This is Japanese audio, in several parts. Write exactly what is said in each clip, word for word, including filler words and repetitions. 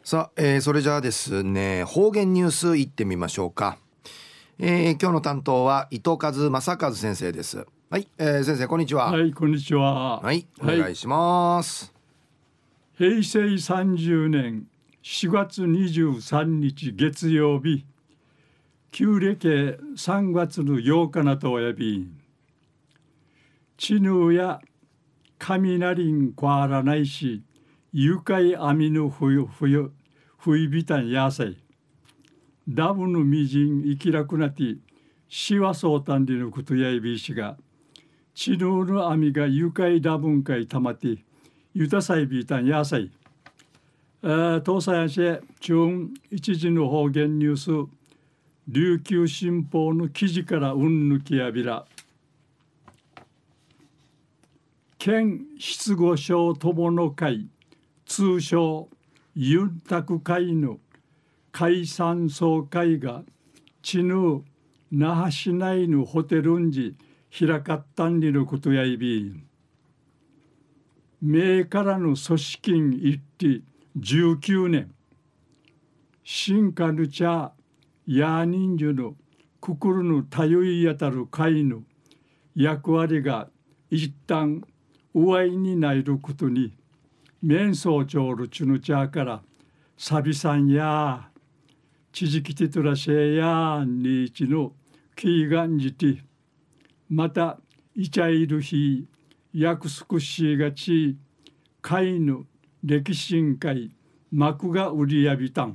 さあ、えー、それじゃあですね、方言ニュースいってみましょうか。えー、今日の担当は糸数正和先生です。はい、えー、先生こんにちは。 はい、こんにちは。 はい、お願いします。 はい、平成さんじゅうねんしがつにじゅうさんにち月曜日、旧暦さんがつのようかなとおやびん、地ぬや雷んこわらないし、愉快網の冬冬冬びたんやさい。ダムのみじん生きらくなってしわそうたんでのことやいびいしが、地ぬの網が愉快ダブンかいたまってゆたさいびいたんやさい。東西安市中一時の方言ニュース琉球新報の記事からうんぬきやびら、県失語省友の会通称ユンタク会の解散総会が地ぬ那覇市内のホテルんじ開かったんりのことやいび、名からの組織員一ってじゅうきゅうねん、新カルチャーや人数のくくるのたよいやたる会の役割が一旦上いにないることに面相長るちぬちゃからサビさんや地磁気テトラシェやにいちのキーガンジティ、またイチャイルヒ約束しがち会の歴史会幕が売りやびたん、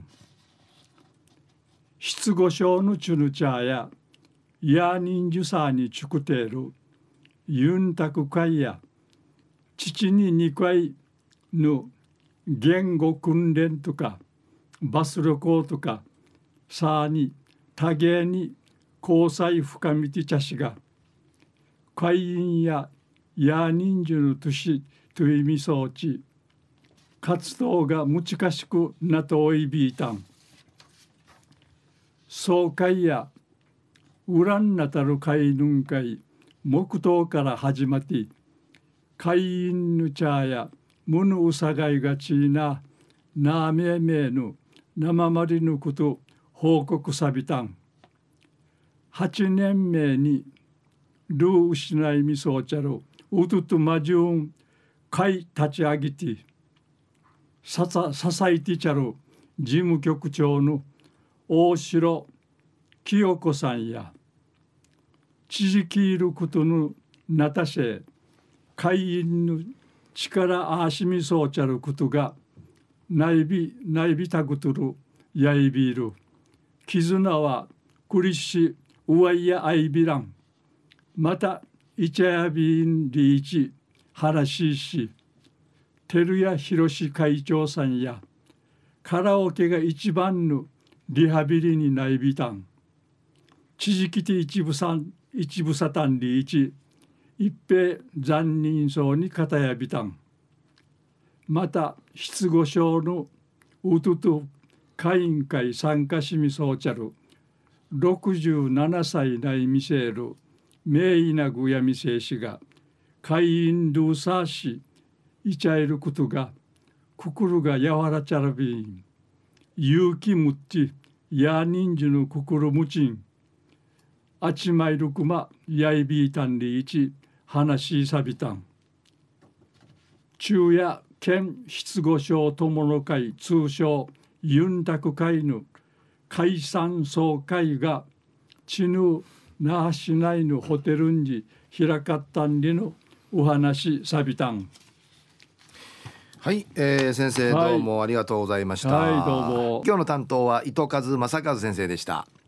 失語症のチュヌチャーやヤーニンジュサーにちくているユンタク会や父ににかいの言語訓練とかバス旅行とかさあに多芸に交際深みてちゃしが会員やヤーニンジュの年という意味装置活動が難しくなとおいびいたん、総会やウランナタル会ぬん会黙祷から始まって会員ぬちゃやむぬうさがいがちななめめぬ生まりぬこと報告さびたん、はちねんめいにルー失いみそうちゃるうととまじゅん会立ち上げてささ支えてちゃる事務局長の大城清子さんや知識いることのなたせ会員の力あしみそうちゃることがないびないびたくとるやいびる絆はくりしうわいやあいびらん、またいちゃやびんりいち原しし照屋博会長さんやカラオケが一番のリハビリにないびたん、地磁気て一部さん一部サタンリーチ一平残忍層に片やびたん、また失語症のうとと会員会参加しみそうちゃるろくじゅうななさいないみせる名医なぐやみせいしが会員ドゥサーしいちゃえることがくくるがやわらちゃらびん勇気むっちや人数のくくるむちんあちまいるくまやいびいたんりいち話しさびたん、昼夜県失語症友の会通称ユンタク会の解散総会がちぬ那覇市内のホテルに開かったんりのお話さびたん。 はい、えー、先生どうもありがとうございました。 はい、はい、どうも。 今日の担当は糸数正和先生でした。